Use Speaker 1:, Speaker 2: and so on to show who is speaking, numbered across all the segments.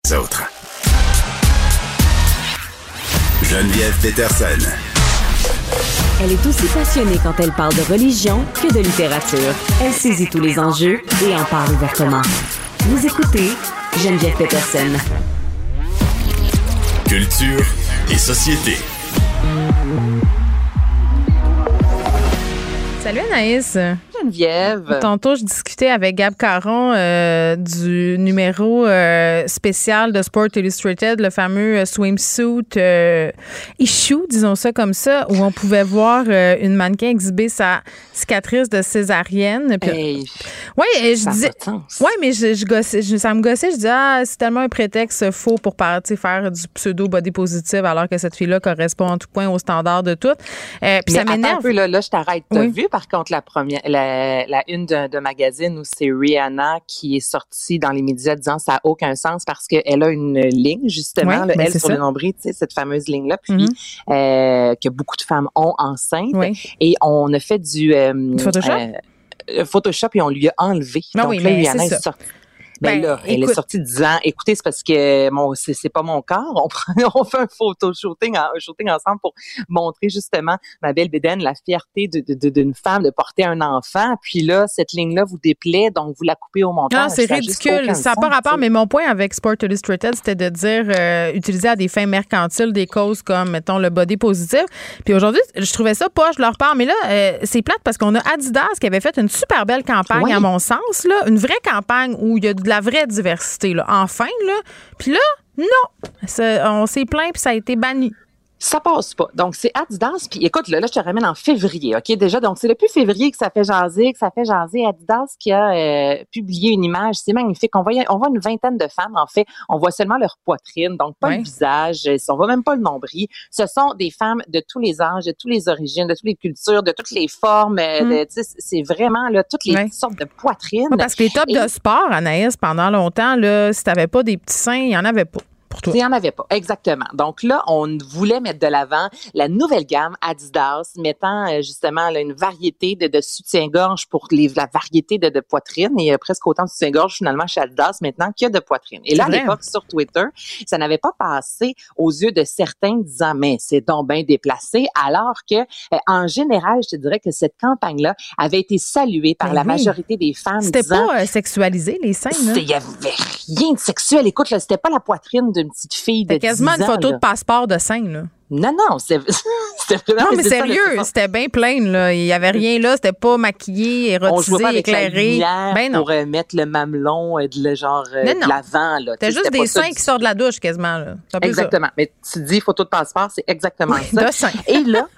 Speaker 1: autres. Geneviève Peterson.
Speaker 2: Elle est aussi passionnée quand elle parle de religion que de littérature. Elle saisit tous les enjeux et en parle ouvertement. Vous écoutez Geneviève Peterson.
Speaker 1: Culture et société.
Speaker 3: Salut Anaïs.
Speaker 4: Geneviève.
Speaker 3: Tantôt, je discutais avec Gab Caron du numéro spécial de Sport Illustrated, le fameux swimsuit issue, disons ça comme ça, où on pouvait voir une mannequin exhiber sa cicatrice de césarienne. Puis,
Speaker 4: hey,
Speaker 3: ouais, je
Speaker 4: ça
Speaker 3: disais.
Speaker 4: a pas de sens.
Speaker 3: Ouais, mais ça me gossait. Je dis c'est tellement un prétexte faux pour faire du pseudo body positive alors que cette fille-là correspond en tout point aux standards de tout. Puis ça m'énerve.
Speaker 4: Attends un peu, là, je t'arrête. T'as
Speaker 3: Oui.
Speaker 4: vu, par contre, la une de magazine où c'est Rihanna qui est sortie dans les médias disant ça n'a aucun sens parce qu'elle a une ligne, justement,
Speaker 3: Oui,
Speaker 4: là,
Speaker 3: ben
Speaker 4: elle,
Speaker 3: c'est
Speaker 4: sur
Speaker 3: ça.
Speaker 4: le nombril, tu sais, cette fameuse ligne-là, puis que beaucoup de femmes ont enceintes.
Speaker 3: Oui.
Speaker 4: Et on a fait du
Speaker 3: Photoshop?
Speaker 4: Photoshop et on lui a enlevé.
Speaker 3: Ah
Speaker 4: Donc
Speaker 3: oui,
Speaker 4: là,
Speaker 3: mais
Speaker 4: Rihanna
Speaker 3: c'est ça.
Speaker 4: est sortie. Ben là, elle
Speaker 3: écoute,
Speaker 4: est sortie disant, écoutez, c'est parce que c'est pas mon corps. On fait un shooting ensemble pour montrer justement ma belle bédaine, la fierté d'une femme de porter un enfant. Puis là, cette ligne-là vous déplaît, donc vous la coupez au montage.
Speaker 3: non, c'est
Speaker 4: Ça a juste
Speaker 3: ridicule.
Speaker 4: aucun
Speaker 3: Ça n'a pas
Speaker 4: sens,
Speaker 3: rapport,
Speaker 4: tu sais.
Speaker 3: mais mon point avec Sport Illustrated, c'était de dire utiliser à des fins mercantiles des causes comme, mettons, le body positif. Puis aujourd'hui, je trouvais ça poche de leur part. Mais là, c'est plate parce qu'on a Adidas qui avait fait une super belle campagne,
Speaker 4: Oui.
Speaker 3: à mon sens, là, une vraie campagne où il y a de la vraie diversité, là, enfin, là. Puis là, non. On s'est plaint puis ça a été banni.
Speaker 4: Ça passe pas. Donc, c'est Adidas. Puis, écoute, là, je te ramène en février, OK? Déjà, donc, c'est depuis février que ça fait jaser. Adidas qui a publié une image. C'est magnifique. On voit une vingtaine de femmes, en fait. On voit seulement leur poitrine, donc pas
Speaker 3: Ouais.
Speaker 4: le visage. On voit même pas le nombril. Ce sont des femmes de tous les âges, de toutes les origines, de toutes les cultures, de toutes les formes. Tu sais, c'est vraiment, là, toutes les
Speaker 3: Ouais.
Speaker 4: sortes de poitrines.
Speaker 3: Ouais, parce que les tops de sport, Anaïs, pendant longtemps, là, si t'avais pas des petits seins, il y en avait pas. Pour toi.
Speaker 4: Il n'y en avait pas, exactement. Donc là, on voulait mettre de l'avant la nouvelle gamme Adidas, mettant justement là, une variété de soutien-gorge pour la variété de poitrine. Il y a presque autant de soutien-gorge finalement chez Adidas maintenant qu'il y a de poitrine. Et là, à
Speaker 3: vrai.
Speaker 4: l'époque, sur Twitter, ça n'avait pas passé aux yeux de certains disant « mais c'est donc bien déplacé », alors que en général, je te dirais que cette campagne-là avait été saluée par
Speaker 3: Ben
Speaker 4: la
Speaker 3: oui.
Speaker 4: majorité des femmes
Speaker 3: C'était
Speaker 4: disant
Speaker 3: pas sexualisé, les seins, là.
Speaker 4: il y avait rien de sexuel. Écoute, là, c'était pas la poitrine d'une petite fille de 10
Speaker 3: C'était quasiment une
Speaker 4: ans,
Speaker 3: photo
Speaker 4: là.
Speaker 3: de passeport de sein, là.
Speaker 4: Non, c'était vraiment...
Speaker 3: Non, mais
Speaker 4: c'est ça,
Speaker 3: sérieux,
Speaker 4: là,
Speaker 3: c'était bien plein, là. Il y avait rien là, c'était pas maquillé,
Speaker 4: on jouait
Speaker 3: érotisé,
Speaker 4: pas avec la
Speaker 3: éclairé.
Speaker 4: lumière
Speaker 3: Ben non.
Speaker 4: pour mettre le mamelon de
Speaker 3: Non.
Speaker 4: l'avant, là.
Speaker 3: C'était
Speaker 4: Tu sais,
Speaker 3: juste
Speaker 4: pas
Speaker 3: des
Speaker 4: ça
Speaker 3: seins
Speaker 4: du
Speaker 3: qui sortent de la douche, quasiment, là. C'est un peu ça.
Speaker 4: Exactement. Mais tu dis photo de passeport, c'est exactement ça.
Speaker 3: De seins.
Speaker 4: Et là,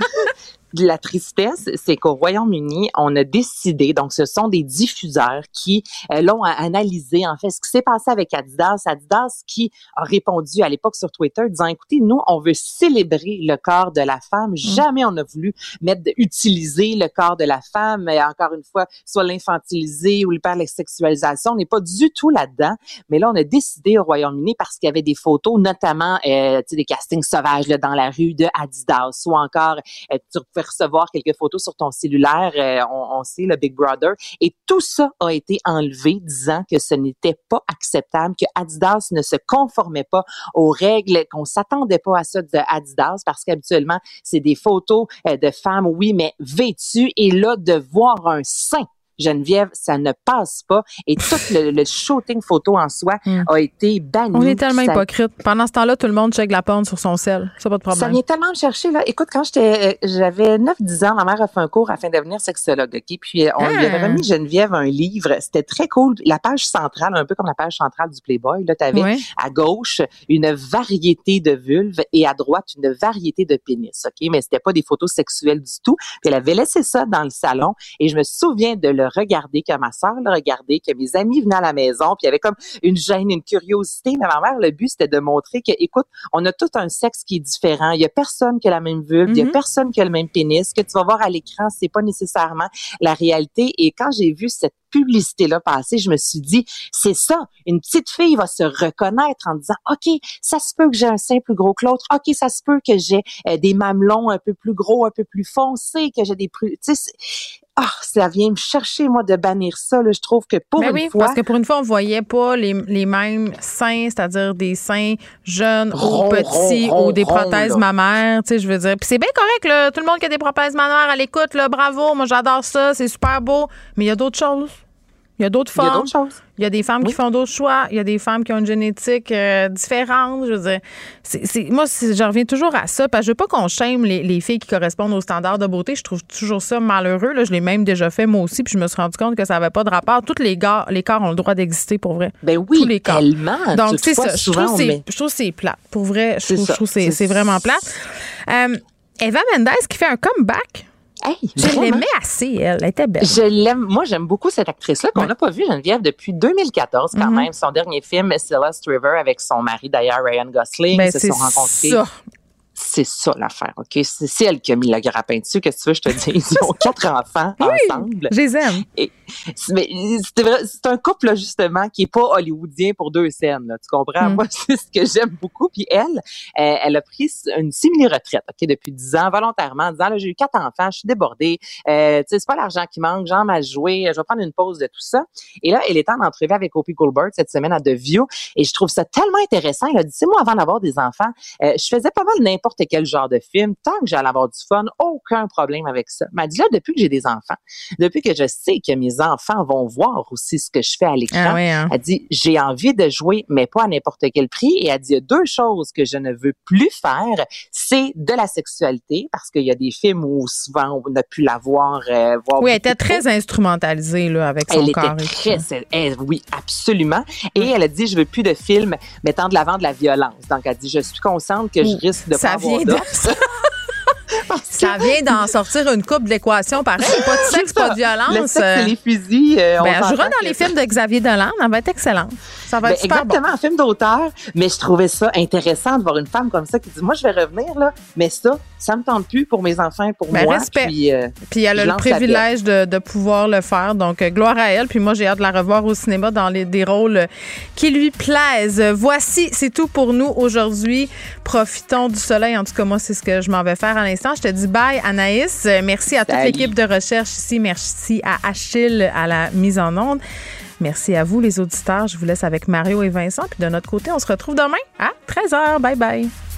Speaker 4: la tristesse, c'est qu'au Royaume-Uni, on a décidé, donc ce sont des diffuseurs qui l'ont analysé, en fait, ce qui s'est passé avec Adidas. Adidas qui a répondu à l'époque sur Twitter disant, écoutez, nous, on veut célébrer le corps de la femme. Jamais on a voulu utiliser le corps de la femme, encore une fois, soit l'infantiliser ou l'hypersexualisation. On n'est pas du tout là-dedans. Mais là, on a décidé au Royaume-Uni parce qu'il y avait des photos, notamment, tu sais, des castings sauvages là, dans la rue de Adidas, ou encore, tu pouvais recevoir quelques photos sur ton cellulaire, on sait, le Big Brother. Et tout ça a été enlevé, disant que ce n'était pas acceptable, que Adidas ne se conformait pas aux règles, qu'on s'attendait pas à ça de Adidas, parce qu'habituellement, c'est des photos de femmes, oui, mais vêtues. Et là, de voir un sein, Geneviève, ça ne passe pas. Et tout le shooting photo en soi a été banni.
Speaker 3: On est tellement
Speaker 4: Ça-
Speaker 3: hypocrite. Pendant ce temps-là, tout le monde check la porn sur son sel. Ça, pas de
Speaker 4: Ça
Speaker 3: problème.
Speaker 4: vient tellement me chercher, là. Écoute, quand j'avais 9-10 ans, ma mère a fait un cours afin de devenir sexologue, OK? Puis, on lui avait remis, Geneviève, un livre. C'était très cool. La page centrale, un peu comme la page centrale du Playboy, là, t'avais
Speaker 3: Ouais.
Speaker 4: à gauche une variété de vulves et à droite une variété de pénis, OK? Mais c'était pas des photos sexuelles du tout. Puis, elle avait laissé ça dans le salon et je me souviens de le regarder, que ma sœur le regardait, que mes amis venaient à la maison, puis il y avait comme une gêne, une curiosité. Mais ma mère, le but, c'était de montrer que, écoute, on a tout un sexe qui est différent. Il y a personne qui a la même vulve, il y a personne qui a le même pénis. Ce que tu vas voir à l'écran, c'est pas nécessairement la réalité. Et quand j'ai vu cette publicité-là passer, je me suis dit, c'est ça, une petite fille va se reconnaître en disant, OK, ça se peut que j'ai un sein plus gros que l'autre, OK, ça se peut que j'ai des mamelons un peu plus gros, un peu plus foncés, que j'ai des plus... Tu sais, ça vient me chercher, moi, de bannir ça. Là. Je trouve que pour une fois...
Speaker 3: parce que pour une fois, on voyait pas les mêmes seins, c'est-à-dire des seins jeunes ou petits ou des prothèses mammaires, tu sais, je veux dire. Puis c'est bien correct, là. Tout le monde qui a des prothèses mammaires à l'écoute, là, bravo, moi j'adore ça, c'est super beau. Mais il y a d'autres choses. Il y a d'autres formes. Il y a des femmes qui font d'autres choix. Il y a des femmes qui ont une génétique différente. Je veux dire, moi, je reviens toujours à ça. Parce que je veux pas qu'on shame les filles qui correspondent aux standards de beauté. Je trouve toujours ça malheureux. Là. Je l'ai même déjà fait moi aussi. Puis je me suis rendu compte que ça n'avait pas de rapport. Tous les corps ont le droit d'exister pour vrai.
Speaker 4: Ben oui,
Speaker 3: tous les corps.
Speaker 4: Tellement.
Speaker 3: Donc, c'est ça. Je trouve que c'est plate. Pour vrai, je trouve que c'est vraiment plate. Eva Mendes qui fait un comeback.
Speaker 4: Hey,
Speaker 3: je l'aimais assez, elle était belle.
Speaker 4: Je l'aime. Moi, j'aime beaucoup cette actrice-là qu'on n'a pas vue, Geneviève, depuis 2014 quand même. Son dernier film, Celeste River, avec son mari, d'ailleurs, Ryan Gosling. Ils se sont rencontrés. Ça. C'est ça l'affaire, OK? C'est elle qui a mis le grappin dessus. Qu'est-ce que tu veux, je te dis? Ils ont 4 enfants ensemble.
Speaker 3: Je les aime.
Speaker 4: C'est un couple, là, justement, qui n'est pas hollywoodien pour 2 scènes. Là, tu comprends? Moi, c'est ce que j'aime beaucoup. Puis elle a pris une simili-retraite, OK, depuis 10 ans, volontairement, en disant, là, j'ai eu 4 enfants, je suis débordée. Tu sais, c'est pas l'argent qui manque, j'en ai joué, je vais prendre une pause de tout ça. Et là, elle est en entrevue avec Whoopi Goldberg cette semaine à The View. Et je trouve ça tellement intéressant. Elle a dit, tu sais, moi, avant d'avoir des enfants, je faisais pas mal n'importe quel genre de film, tant que j'allais avoir du fun, aucun problème avec ça. Elle m'a dit là, depuis que j'ai des enfants, depuis que je sais que mes enfants vont voir aussi ce que je fais à l'écran, elle dit, j'ai envie de jouer, mais pas à n'importe quel prix. Et elle dit, il y a 2 choses que je ne veux plus faire, c'est de la sexualité, parce qu'il y a des films où souvent on a pu la voir.
Speaker 3: Oui, elle était très instrumentalisée là, avec son corps.
Speaker 4: Oui, absolument. Et elle a dit, je veux plus de films mettant de l'avant de la violence. Donc, elle dit, je suis consciente que je risque de pas avoir
Speaker 3: Ça vient d'en sortir une coupe de l'équation pareil. Pas de sexe, pas de violence.
Speaker 4: Le sexe et les fusils.
Speaker 3: Elle jouera dans les films de Xavier Dolan. Elle va être excellente. Ça va être super
Speaker 4: exactement, un film d'auteur. Mais je trouvais ça intéressant de voir une femme comme ça qui dit, moi, je vais revenir, là, mais ça me tente plus pour mes enfants et pour moi.
Speaker 3: Respect. Puis elle a le privilège de pouvoir le faire. Donc, gloire à elle. Puis moi, j'ai hâte de la revoir au cinéma dans des rôles qui lui plaisent. Voici, c'est tout pour nous aujourd'hui. Profitons du soleil. En tout cas, moi, c'est ce que je m'en vais faire à l'instant. Je te dis bye, Anaïs. Merci à toute l'équipe de recherche ici. Merci à Achille à la mise en onde. Merci à vous, les auditeurs. Je vous laisse avec Mario et Vincent. Puis de notre côté, on se retrouve demain à 13h. Bye bye.